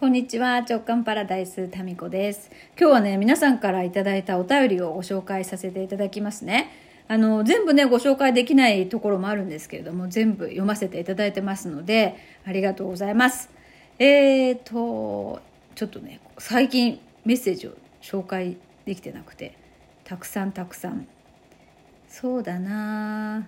こんにちは、直感パラダイスタミコです。今日はね、皆さんからいただいたお便りをご紹介させていただきますね。全部ね、ご紹介できないところもあるんですけれども、全部読ませていただいてますので、ありがとうございます。ちょっとね、最近メッセージを紹介できてなくて、たくさん。そうだな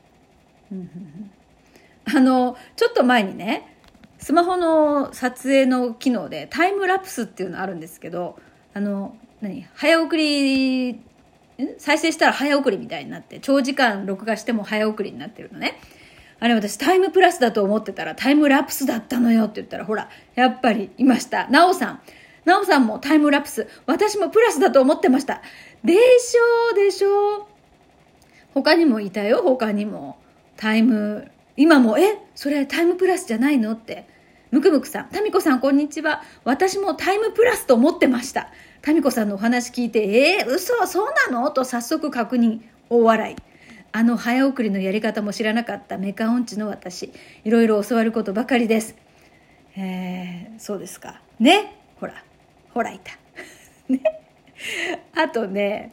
ちょっと前にね、スマホの撮影の機能でタイムラプスっていうのあるんですけど、早送り、再生したら早送りみたいになって、長時間録画しても早送りになってるのね。あれ私タイムプラスだと思ってたらタイムラプスだったのよって言ったら、ほら、やっぱりいました。なおさんもタイムラプス、私もプラスだと思ってました。でしょう。他にもいたよ、他にも。今もそれタイムプラスじゃないのって。むくむくさん、タミコさんこんにちは。私もタイムプラスと思ってました。タミコさんのお話聞いて、嘘そうなのと早速確認、大笑い。早送りのやり方も知らなかったメカ音痴の私、いろいろ教わることばかりです。そうですかね。ほらいたね。あとね、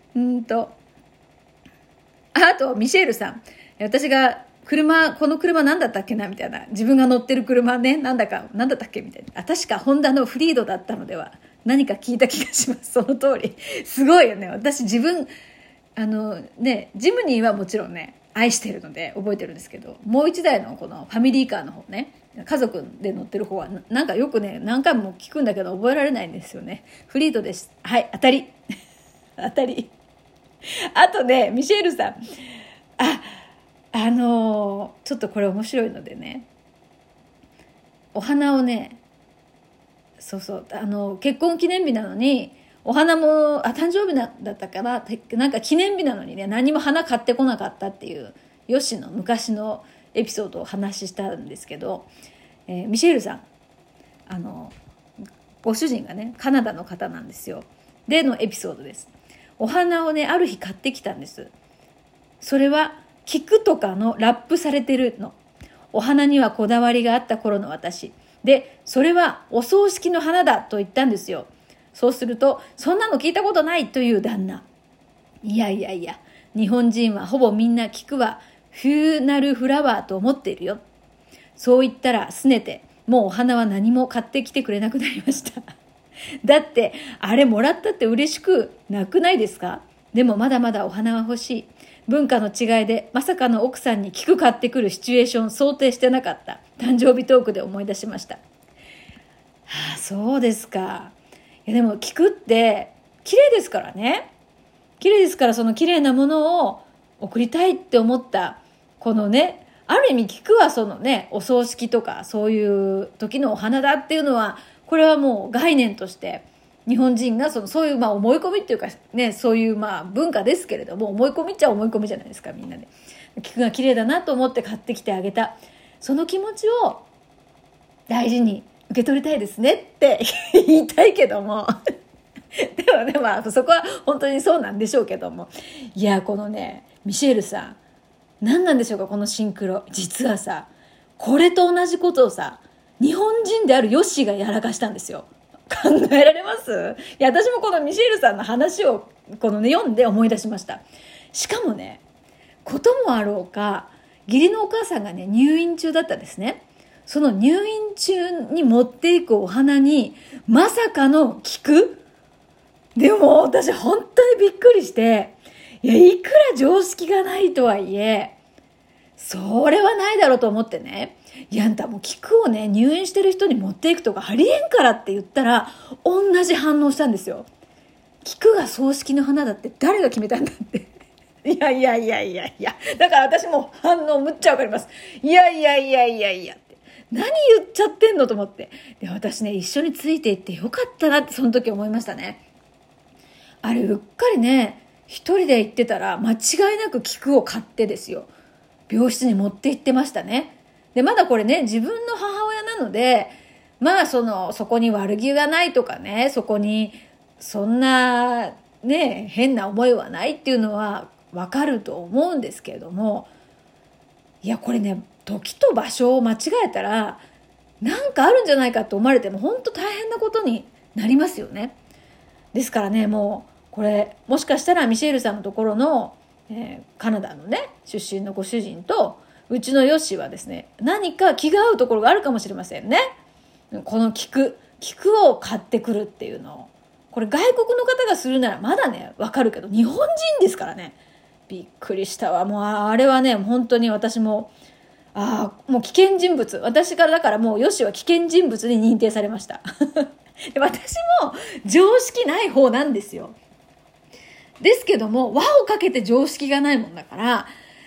あとミシェールさん、私がこの車なんだったっけなみたいな、自分が乗ってる車ね、なんだったっけみたいな、確かホンダのフリードだったのでは、何か聞いた気がします。その通りすごいよね。私自分ジムニーはもちろんね愛してるので覚えてるんですけど、もう一台のこのファミリーカーの方ね、家族で乗ってる方はなんかよくね、何回も聞くんだけど覚えられないんですよね。フリードです。はい、当たりあとね、ミシェールさん、ちょっとこれ面白いのでね、お花をね、結婚記念日なのにお花も誕生日だったかな、なんか記念日なのにね、何も花買ってこなかったっていうヨッシーの昔のエピソードを話したんですけど、ミシェールさん、ご主人がねカナダの方なんですよ。でのエピソードです。お花をねある日買ってきたんです。それは菊とかのラップされてるの。お花にはこだわりがあった頃の私で、それはお葬式の花だと言ったんですよ。そうすると、そんなの聞いたことないという旦那。いや、日本人はほぼみんな菊はフューナルフラワーと思っているよ。そう言ったら拗ねて、もうお花は何も買ってきてくれなくなりましただってあれもらったって嬉しくなくないですか？でもまだまだお花は欲しい。文化の違いでまさかの奥さんに菊買ってくるシチュエーション想定してなかった。誕生日トークで思い出しました。そうですか。いやでも菊って綺麗ですからね。綺麗ですから、その綺麗なものを送りたいって思ったこのね、ある意味菊はそのね、お葬式とかそういう時のお花だっていうのは、これはもう概念として日本人がそういう思い込みっていうかね、そういう文化ですけれども、思い込みっちゃ思い込みじゃないですか、みんなで。菊が綺麗だなと思って買ってきてあげた、その気持ちを大事に受け取りたいですねって言いたいけどもでもそこは本当にそうなんでしょうけども、いや、このねミシェルさん、何なんでしょうか、このシンクロ。実はさ、これと同じことをさ、日本人であるヨッシーがやらかしたんですよ。考えられます？いや、私もこのミシェルさんの話を読んで思い出しました。しかもね、こともあろうか、義理のお母さんがね入院中だったんですね。その入院中に持っていくお花にまさかの菊。でも私本当にびっくりして、いくら常識がないとはいえ、それはないだろうと思ってね、あんたもう菊をね入院してる人に持っていくとかありえんからって言ったら、同じ反応したんですよ。菊が葬式の花だって誰が決めたんだっていや、だから私も反応むっちゃわかります。いやって何言っちゃってんのと思って。で、私ね一緒についていってよかったなってその時思いましたね。あれうっかりね一人で行ってたら間違いなく菊を買ってですよ、病室に持って行ってましたね。でまだこれね自分の母親なので、そこに悪気がないとかね、そこにそんなね変な思いはないっていうのはわかると思うんですけれども、いやこれね時と場所を間違えたらなんかあるんじゃないかと思われても本当大変なことになりますよね。ですからね、もうこれもしかしたらミシェールさんのところの、カナダのね出身のご主人とうちのヨッシーはですね、何か気が合うところがあるかもしれませんね。この菊を買ってくるっていうのを、これ外国の方がするならまだねわかるけど、日本人ですからね、びっくりしたわ。もうあれはね本当に私ももう危険人物、私からだからもうヨッシーは危険人物に認定されましたで私も常識ない方なんですよ。ですけども輪をかけて常識がないもんだから、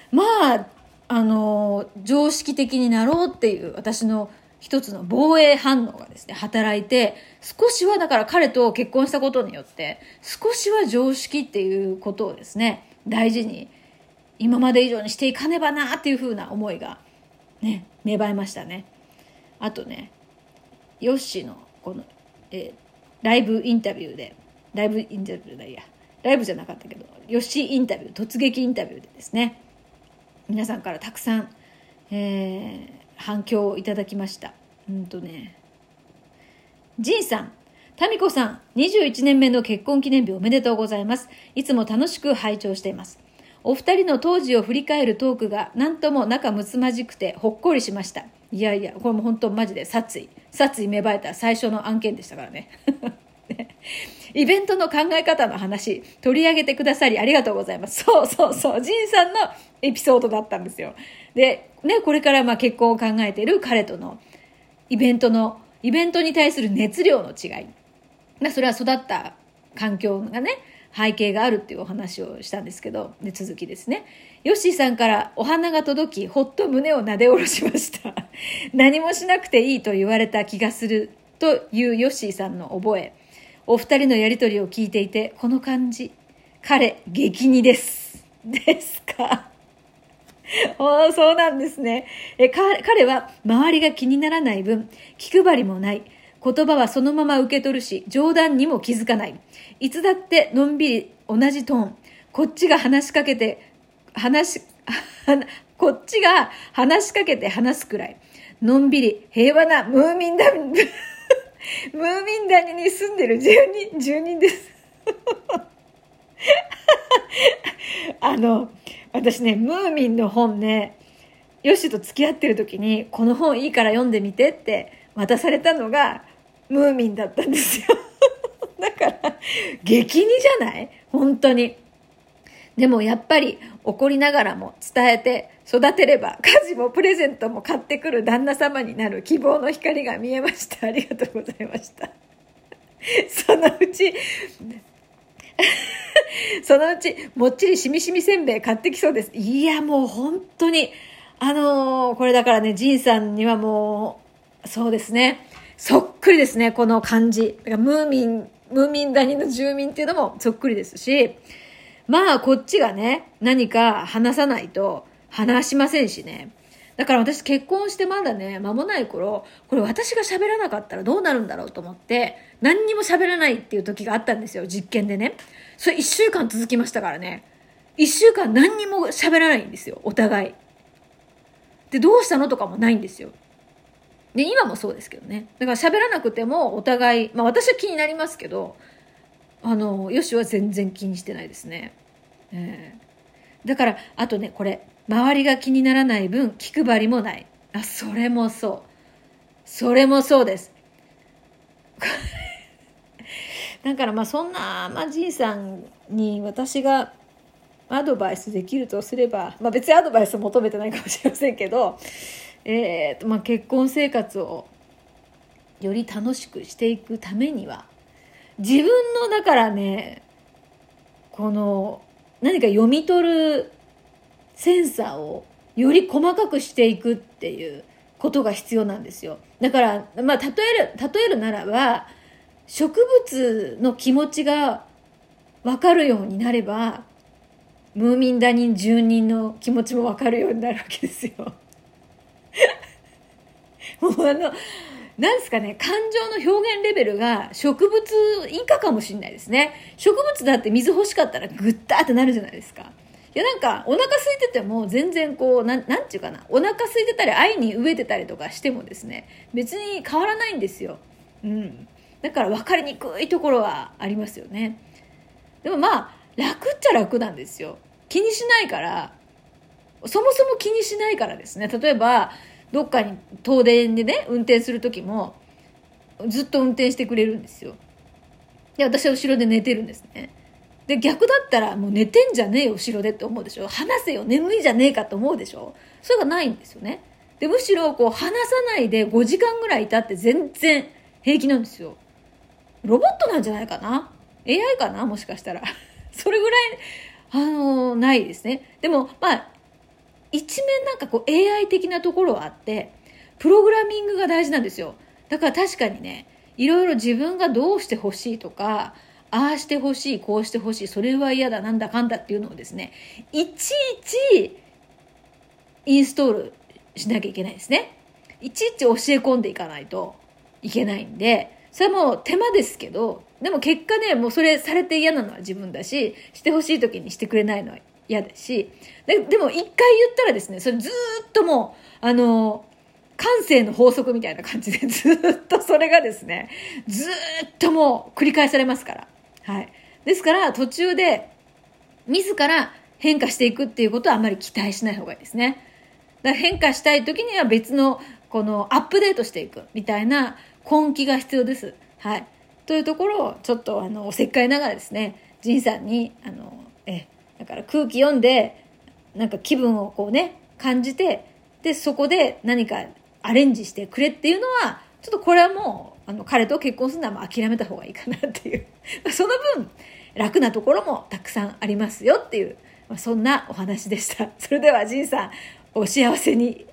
常識的になろうっていう私の一つの防衛反応がですね働いて、少しはだから彼と結婚したことによって少しは常識っていうことをですね大事に今まで以上にしていかねばなっていう風な思いがね芽生えましたね。あとね、ヨッシーのこの、ライブインタビューでライブじゃなかったけどヨッシーインタビュー、突撃インタビューでですね、皆さんからたくさん、反響をいただきました。ジンさん、タミコさん、21年目の結婚記念日おめでとうございます。いつも楽しく拝聴しています。お二人の当時を振り返るトークがなんとも仲睦まじくてほっこりしました。いやいや、これも本当マジで殺意芽生えた最初の案件でしたからねイベントの考え方の話取り上げてくださりありがとうございます。そうジンさんのエピソードだったんですよ。でね、これから結婚を考えている彼とのイベントに対する熱量の違い、それは育った環境がね背景があるっていうお話をしたんですけど、で続きですね。ヨッシーさんからお花が届き、ほっと胸をなで下ろしました何もしなくていいと言われた気がするというヨッシーさんの覚え、お二人のやりとりを聞いていて、この感じ彼激似ですかそうなんですね。彼は周りが気にならない分気配りもない、言葉はそのまま受け取るし、冗談にも気づかない。いつだってのんびり同じトーン。こっちが話しかけて話すくらい。のんびり平和なムーミン谷に住んでる住人です。私ね、ムーミンの本ね、ヨシと付き合ってる時に、この本いいから読んでみてって渡されたのがムーミンだったんですよだから激似じゃない？本当に。でもやっぱり怒りながらも伝えて育てれば家事もプレゼントも買ってくる旦那様になる希望の光が見えました。ありがとうございましたそのうちもっちりしみしみせんべい買ってきそうです。いやもう本当にこれだからね、ジンさんにはもうそうですね、そっくりですね、この感じ。だからムーミン谷の住民っていうのもそっくりですし、こっちがね何か話さないと話しませんしね。だから私結婚してまだね間もない頃、これ私が喋らなかったらどうなるんだろうと思って何にも喋らないっていう時があったんですよ、実験でね。それ1週間続きましたからね。1週間何にも喋らないんですよ、お互いで。どうしたのとかもないんですよ。で今もそうですけどね。だから喋らなくてもお互い、私は気になりますけど、ヨシは全然気にしてないですね。だからあとね、これ周りが気にならない分気配りもない。それもそうですだからそんな、ジンさんに私がアドバイスできるとすれば、別にアドバイスを求めてないかもしれませんけど、結婚生活をより楽しくしていくためには、自分のだからね、この何か読み取るセンサーをより細かくしていくっていうことが必要なんですよ。だから例えるならば、植物の気持ちが分かるようになれば、ムーミン谷住人の気持ちも分かるようになるわけですよもうなんですかね、感情の表現レベルが植物以下かもしれないですね。植物だって水欲しかったらグッターってなるじゃないですか。 いやなんかお腹空いてても全然こうなんていうかな、お腹空いてたり愛に飢えてたりとかしてもですね、別に変わらないんですよ。だから分かりにくいところはありますよね。でもまあ楽っちゃ楽なんですよ。気にしないから、そもそも気にしないからですね。例えばどっかに東電でね運転する時もずっと運転してくれるんですよ。で私は後ろで寝てるんですね。で逆だったらもう寝てんじゃねえよ後ろでって思うでしょ。話せよ眠いじゃねえかと思うでしょ。それがないんですよね。でむしろこう話さないで5時間ぐらいいたって全然平気なんですよ。ロボットなんじゃないかな、 AI かな、もしかしたらそれぐらいないですね。でもまあ一面なんかこう AI 的なところはあって、プログラミングが大事なんですよ。だから確かにね、いろいろ自分がどうしてほしいとか、ああしてほしい、こうしてほしい、それは嫌だ、なんだかんだっていうのをですね、いちいちインストールしなきゃいけないですね。いちいち教え込んでいかないといけないんで、それはもう手間ですけど、でも結果ね、もうそれされて嫌なのは自分だし、してほしい時にしてくれないのは嫌だし、でも一回言ったらですね、それずっともう、感性の法則みたいな感じでずっとそれがですね、ずっともう繰り返されますから。はい。ですから途中で自ら変化していくっていうことはあまり期待しない方がいいですね。だから変化したい時には別のこのアップデートしていくみたいな根気が必要です。はい。というところをちょっとおせっかいながらですね、仁さんにだから空気読んでなんか気分をこうね感じて、でそこで何かアレンジしてくれっていうのはちょっとこれはもう彼と結婚するのはもう諦めた方がいいかなっていうその分楽なところもたくさんありますよっていう、そんなお話でした。それでは仁さんお幸せに